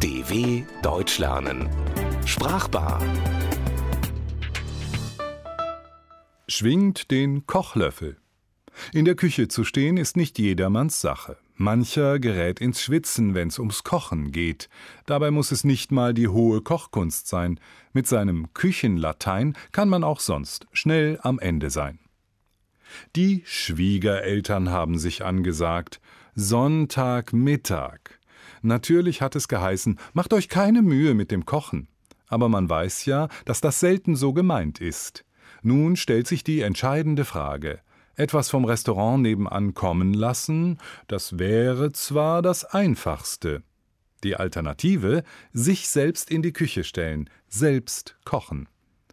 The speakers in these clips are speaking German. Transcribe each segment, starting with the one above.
DW Deutsch lernen. Sprachbar. Schwingt den Kochlöffel. In der Küche zu stehen ist nicht jedermanns Sache. Mancher gerät ins Schwitzen, wenn's ums Kochen geht. Dabei muss es nicht mal die hohe Kochkunst sein. Mit seinem Küchenlatein kann man auch sonst schnell am Ende sein. Die Schwiegereltern haben sich angesagt. Sonntagmittag. Natürlich hat es geheißen, macht euch keine Mühe mit dem Kochen. Aber man weiß ja, dass das selten so gemeint ist. Nun stellt sich die entscheidende Frage. Etwas vom Restaurant nebenan kommen lassen, das wäre zwar das Einfachste. Die Alternative, sich selbst in die Küche stellen, selbst kochen.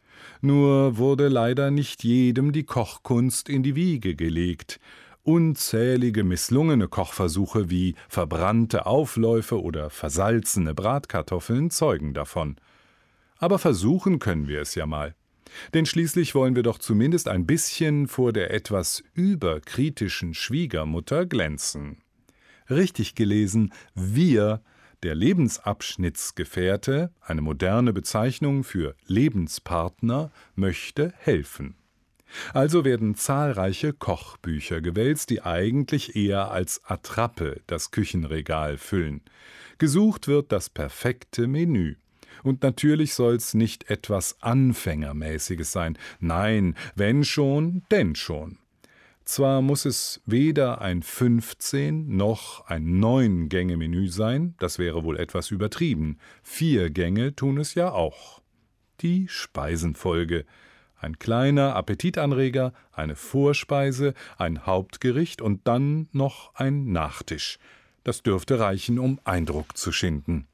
Nur wurde leider nicht jedem die Kochkunst in die Wiege gelegt. Unzählige misslungene Kochversuche wie verbrannte Aufläufe oder versalzene Bratkartoffeln zeugen davon. Aber versuchen können wir es ja mal. Denn schließlich wollen wir doch zumindest ein bisschen vor der etwas überkritischen Schwiegermutter glänzen. Richtig gelesen, wir, der Lebensabschnittsgefährte, eine moderne Bezeichnung für Lebenspartner, möchte helfen. Also werden zahlreiche Kochbücher gewälzt, die eigentlich eher als Attrappe das Küchenregal füllen. Gesucht wird das perfekte Menü. Und natürlich soll's nicht etwas Anfängermäßiges sein. Nein, wenn schon, denn schon. Zwar muss es weder ein 15 noch ein 9-Gänge-Menü sein, das wäre wohl etwas übertrieben. 4 Gänge tun es ja auch. Die Speisenfolge. Ein kleiner Appetitanreger, eine Vorspeise, ein Hauptgericht und dann noch ein Nachtisch. Das dürfte reichen, um Eindruck zu schinden.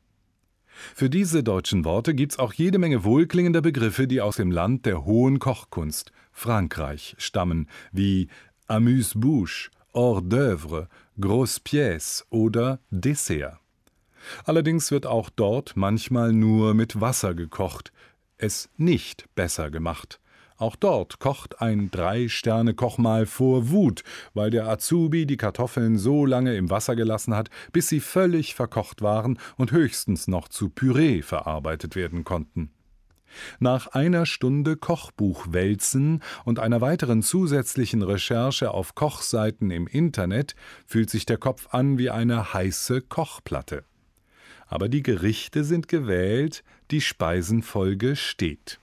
Für diese deutschen Worte gibt's auch jede Menge wohlklingender Begriffe, die aus dem Land der hohen Kochkunst, Frankreich, stammen, wie Amuse-Bouche, Hors d'œuvre, Grosse Pièce oder Dessert. Allerdings wird auch dort manchmal nur mit Wasser gekocht, es nicht besser gemacht. Auch dort kocht ein 3-Sterne-Kochmahl vor Wut, weil der Azubi die Kartoffeln so lange im Wasser gelassen hat, bis sie völlig verkocht waren und höchstens noch zu Püree verarbeitet werden konnten. Nach einer Stunde Kochbuchwälzen und einer weiteren zusätzlichen Recherche auf Kochseiten im Internet fühlt sich der Kopf an wie eine heiße Kochplatte. Aber die Gerichte sind gewählt, die Speisenfolge steht.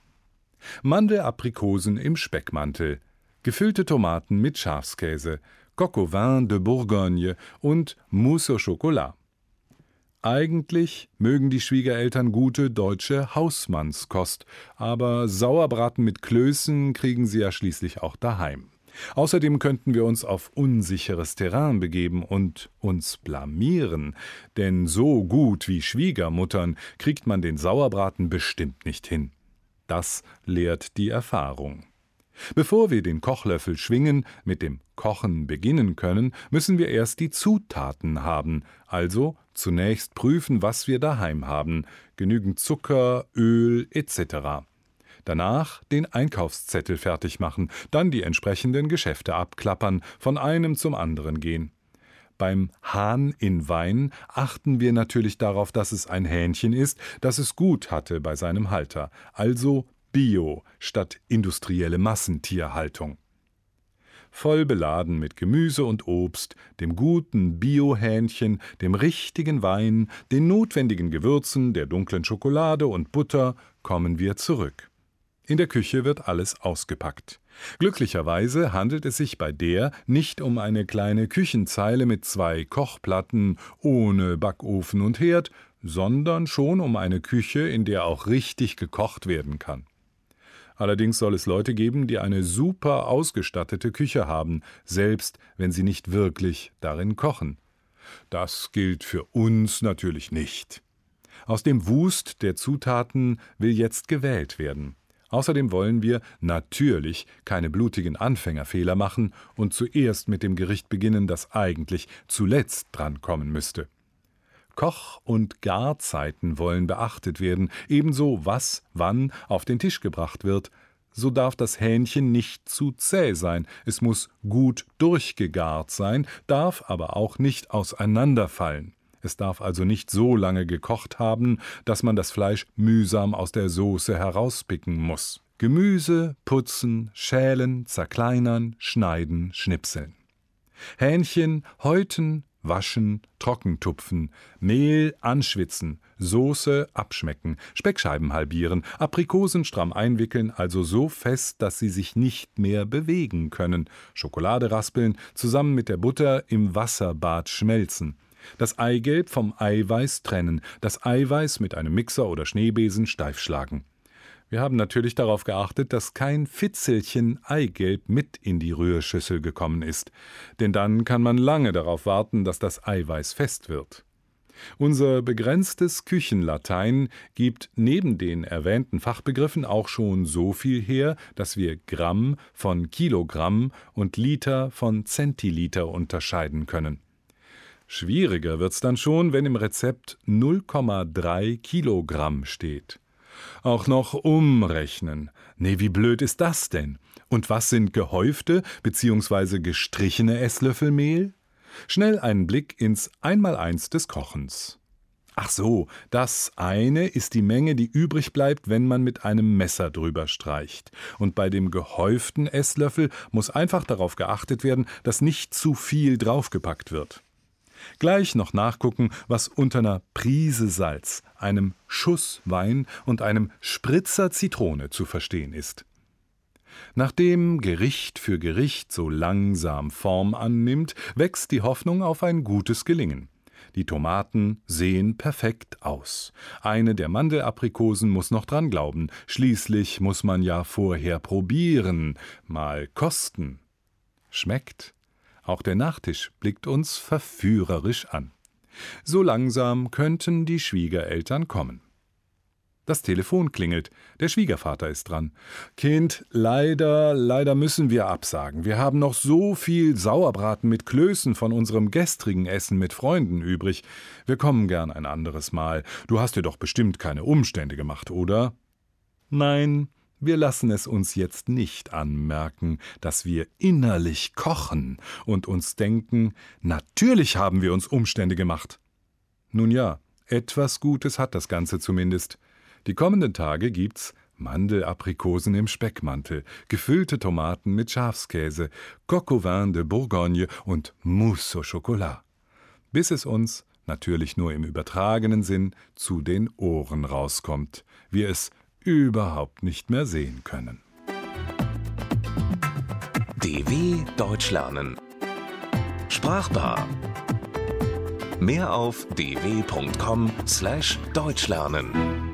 Mandelaprikosen im Speckmantel, gefüllte Tomaten mit Schafskäse, Coq au vin de Bourgogne und Mousse au Chocolat. Eigentlich mögen die Schwiegereltern gute deutsche Hausmannskost, aber Sauerbraten mit Klößen kriegen sie ja schließlich auch daheim. Außerdem könnten wir uns auf unsicheres Terrain begeben und uns blamieren, denn so gut wie Schwiegermuttern kriegt man den Sauerbraten bestimmt nicht hin. Das lehrt die Erfahrung. Bevor wir den Kochlöffel schwingen, mit dem Kochen beginnen können, müssen wir erst die Zutaten haben, also zunächst prüfen, was wir daheim haben, genügend Zucker, Öl etc. Danach den Einkaufszettel fertig machen, dann die entsprechenden Geschäfte abklappern, von einem zum anderen gehen. Beim Hahn in Wein achten wir natürlich darauf, dass es ein Hähnchen ist, das es gut hatte bei seinem Halter, also Bio statt industrielle Massentierhaltung. Voll beladen mit Gemüse und Obst, dem guten Bio-Hähnchen, dem richtigen Wein, den notwendigen Gewürzen, der dunklen Schokolade und Butter kommen wir zurück. In der Küche wird alles ausgepackt. Glücklicherweise handelt es sich bei der nicht um eine kleine Küchenzeile mit 2 Kochplatten ohne Backofen und Herd, sondern schon um eine Küche, in der auch richtig gekocht werden kann. Allerdings soll es Leute geben, die eine super ausgestattete Küche haben, selbst wenn sie nicht wirklich darin kochen. Das gilt für uns natürlich nicht. Aus dem Wust der Zutaten will jetzt gewählt werden. Außerdem wollen wir natürlich keine blutigen Anfängerfehler machen und zuerst mit dem Gericht beginnen, das eigentlich zuletzt drankommen müsste. Koch- und Garzeiten wollen beachtet werden, ebenso was, wann auf den Tisch gebracht wird. So darf das Hähnchen nicht zu zäh sein, es muss gut durchgegart sein, darf aber auch nicht auseinanderfallen. Es darf also nicht so lange gekocht haben, dass man das Fleisch mühsam aus der Soße herauspicken muss. Gemüse putzen, schälen, zerkleinern, schneiden, schnipseln. Hähnchen häuten, waschen, trockentupfen, Mehl anschwitzen, Soße abschmecken, Speckscheiben halbieren, Aprikosen stramm einwickeln, also so fest, dass sie sich nicht mehr bewegen können, Schokolade raspeln, zusammen mit der Butter im Wasserbad schmelzen, das Eigelb vom Eiweiß trennen, das Eiweiß mit einem Mixer oder Schneebesen steif schlagen. Wir haben natürlich darauf geachtet, dass kein Fitzelchen Eigelb mit in die Rührschüssel gekommen ist, denn dann kann man lange darauf warten, dass das Eiweiß fest wird. Unser begrenztes Küchenlatein gibt neben den erwähnten Fachbegriffen auch schon so viel her, dass wir Gramm von Kilogramm und Liter von Zentiliter unterscheiden können. Schwieriger wird's dann schon, wenn im Rezept 0,3 Kilogramm steht. Auch noch umrechnen. Nee, wie blöd ist das denn? Und was sind gehäufte bzw. gestrichene Esslöffel Mehl? Schnell einen Blick ins Einmaleins des Kochens. Ach so, das eine ist die Menge, die übrig bleibt, wenn man mit einem Messer drüber streicht. Und bei dem gehäuften Esslöffel muss einfach darauf geachtet werden, dass nicht zu viel draufgepackt wird. Gleich noch nachgucken, was unter einer Prise Salz, einem Schuss Wein und einem Spritzer Zitrone zu verstehen ist. Nachdem Gericht für Gericht so langsam Form annimmt, wächst die Hoffnung auf ein gutes Gelingen. Die Tomaten sehen perfekt aus. Eine der Mandelaprikosen muss noch dran glauben. Schließlich muss man ja vorher probieren, mal kosten. Schmeckt. Auch der Nachtisch blickt uns verführerisch an. So langsam könnten die Schwiegereltern kommen. Das Telefon klingelt. Der Schwiegervater ist dran. »Kind, leider müssen wir absagen. Wir haben noch so viel Sauerbraten mit Klößen von unserem gestrigen Essen mit Freunden übrig. Wir kommen gern ein anderes Mal. Du hast dir doch bestimmt keine Umstände gemacht, oder?« »Nein, wir lassen es uns jetzt nicht anmerken, dass wir innerlich kochen und uns denken, natürlich haben wir uns Umstände gemacht.« Nun ja, etwas Gutes hat das Ganze zumindest. Die kommenden Tage gibt's Mandelaprikosen im Speckmantel, gefüllte Tomaten mit Schafskäse, Coq au vin de Bourgogne und Mousse au Chocolat. Bis es uns, natürlich nur im übertragenen Sinn, zu den Ohren rauskommt, wir es überhaupt nicht mehr sehen können. DW Deutsch lernen. Sprachbar. Mehr auf dw.com/deutschlernen.